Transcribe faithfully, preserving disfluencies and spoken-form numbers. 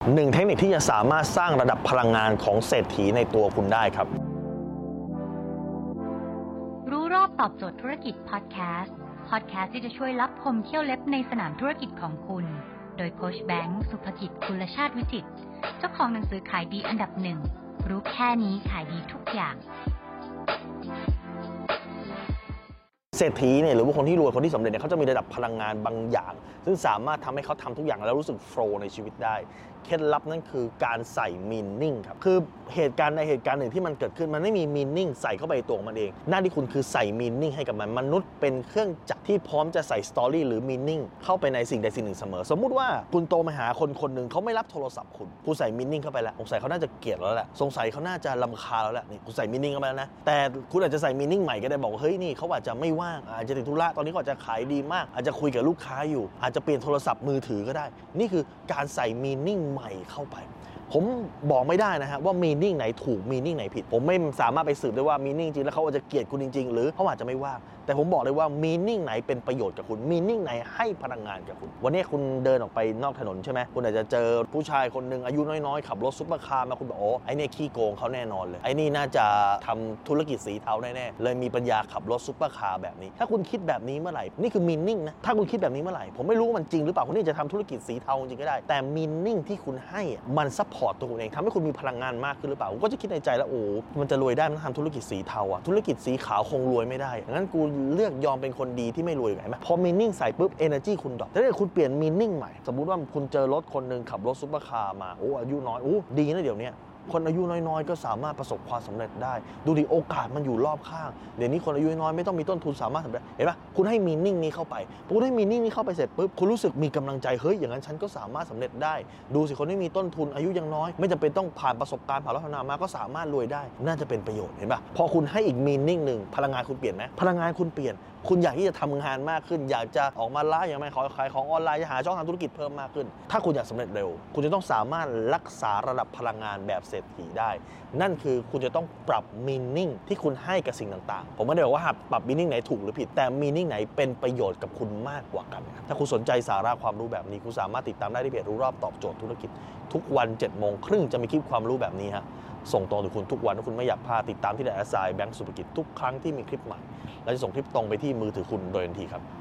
หนึ่งเทคนิคที่จะสามารถสร้างระดับพลังงานของเศรษฐีในตัวคุณได้ครับรู้รอบตอบโจทย์ธุรกิจพอดแคสต์พอดแคสต์ที่จะช่วยลับคมเที่ยวเล็บในสนามธุรกิจของคุณโดยโค้ชแบงค์สุภกิจกุลชาติวิจิตรเจ้าของหนังสือขายดีอันดับหนึ่งรู้แค่นี้ขายดีทุกอย่างเศรษฐีเนี่ยหรือว่าคนที่รวยคนที่สำเร็จเนี่ยเขาจะมีระดับพลังงานบางอย่างซึ่งสามารถทำให้เขาทำทุกอย่างแล้วรู้สึกโฟลว์ในชีวิตได้เคล็ดลับนั่นคือการใส่มีนนิ่งครับคือเหตุการณ์ในเหตุการณ์หนึ่งที่มันเกิดขึ้นมันไม่มีมีนนิ่งใส่เข้าไปตัวมันเองหน้าที่คุณคือใส่มีนนิ่งให้กับมันมนุษย์เป็นเครื่องจักรที่พร้อมจะใส่สตอรี่หรือมีนนิ่งเข้าไปในสิ่งใดสิ่งหนึ่งเสมอสมมุติว่าคุณโตมาหาคนคนหนึ่งเขาไม่รับโทรศัพท์คุณคุณใส่มีนนิ่งเข้าไปแล้วสงสัยเขาน่าจะเกลียดแล้วแหละสงสัยเขาน่าจะรำคาญแล้วแหละนี่คุณใส่มีนนิ่งเข้าไปแล้วนะแต่คุณอาจจะใส่มีนนิ่งใหม่ก็ได้บอกเฮ้ยนี่เขาอาจจะไม่ว่างอาจจะติดธุระตอนนี้เขาอาจจะขายดีมากอาจจะคุยกับลูกค้าอยู่อาจจะเปลี่ยนโทรศัพท์มือถือก็ได้นี่คือการใส่มีนนิ่งใหม่เข้าไปผมบอกไม่ได้นะฮะว่ามีนิ่งไหนถูกมีนิ่งไหนผิดผมไม่สามารถไปสืบได้ว่ามีนิ่งจริงแล้วเขาอาจจะเกลียดคุณจริงๆหรือเขาอาจจะไม่ว่างแต่ผมบอกเลยว่ามีนิ่งไหนเป็นประโยชน์กับคุณมีนิ่งไหนให้พลังงานกับคุณวันนี้คุณเดินออกไปนอกถนนใช่ไหมคุณอาจจะเจอผู้ชายคนหนึ่งอายุน้อยๆขับรถซุปเปอร์คาร์มาคุณบอกโอ้ไอ้นี่ขี้โกงเขาแน่นอนเลยไอ้นี่น่าจะทำธุรกิจสีเทาแน่ๆเลยมีปัญญาขับรถซุปเปอร์คาร์แบบนี้ถ้าคุณคิดแบบนี้เมื่อไหร่นี่คือมีนิ่งนะถ้าคุณคิดแบบนี้เมื่อไหร่ผมไม่รู้ว่ามันจริงหรือเปล่าคุณนี่จะทำธุรกิจสีเทาจริงก็ได้แต่มีนิ่งที่คุณให้มันซัพพอร์ตตัวคุณเองทำให้คุณมีพลังงานมากขึ้นหรือเปล่าผมก็จะคิดในใจแล้วโอ้มันจะรวยได้มันทำธุรกิจสีเทาอะธุรกิจสีขาวคงรวยไม่ได้งั้นกูเลือกยอมเป็นคนดีที่ไม่รวยไงไหมพอมีนิ่งใส่ปุ๊บ energy คุณดรอปแต่ถ้าคุณเปลี่ยนมีนิ่งใหม่สมมุติว่าคุณเจอรถคนนึงขับรถซุปเปอร์คาร์มาโอ้อายุน้อยโอ้ดีนะเดี๋ยวนี้คนอายุน้อยๆก็สามารถประสบความสำเร็จได้ดูดิโอกาสมันอยู่รอบข้างเดี๋ยวนี้คนอายุน้อยไม่ต้องมีต้นทุนสามารถสำเร็จเห็นปะคุณให้มีนิ่งนี้เข้าไปพอคุณให้มีนิ่งนี้เข้าไปเสร็จปุ๊บคุณรู้สึกมีกำลังใจเฮ้ยอย่างนั้นฉันก็สามารถสำเร็จได้ดูสิคนที่มีต้นทุนอายุยังน้อยไม่จำเป็นต้องผ่านประสบการณ์ผ่านรัฐนามาก็สามารถรวยได้น่าจะเป็นประโยชน์เห็นปะพอคุณให้อีกมีนิ่งหนึ่งพลังงานคุณเปลี่ยนไหมพลังงานคุณเปลี่ยนคุณอยากที่จะทำงานมากขึ้นอยากจะออกมาไลฟ์อย่างไรขายของออนไลน์จะหาช่องทางธุรกิจเพิ่มมากขึ้นถ้าคุณอยากสำเร็จเร็วคุณจะต้องสามารถรักษาระดับพลังงานแบบเศรษฐีได้นั่นคือคุณจะต้องปรับมีนิ่งที่คุณให้กับสิ่งต่างๆผมไม่ได้บอกว่าปรับมีนิ่งไหนถูกหรือผิดแต่มีนิ่งไหนเป็นประโยชน์กับคุณมากกว่ากันถ้าคุณสนใจสาระความรู้แบบนี้คุณสามารถติดตามได้ที่เพจรู้รอบตอบโจทย์ธุรกิจทุกวันเจ็ดโมงครึ่งจะมีคลิปความรู้แบบนี้ฮะส่งตรงถึงคุณทุกวันถ้าคุณไม่อยากพลาดติดตามที่แอดไซน์แบงก์สุภกิจทุกครั้งที่มีคลิปใหม่เราจะส่งคลิปตรงไปที่มือถือคุณโดยทันทีครับ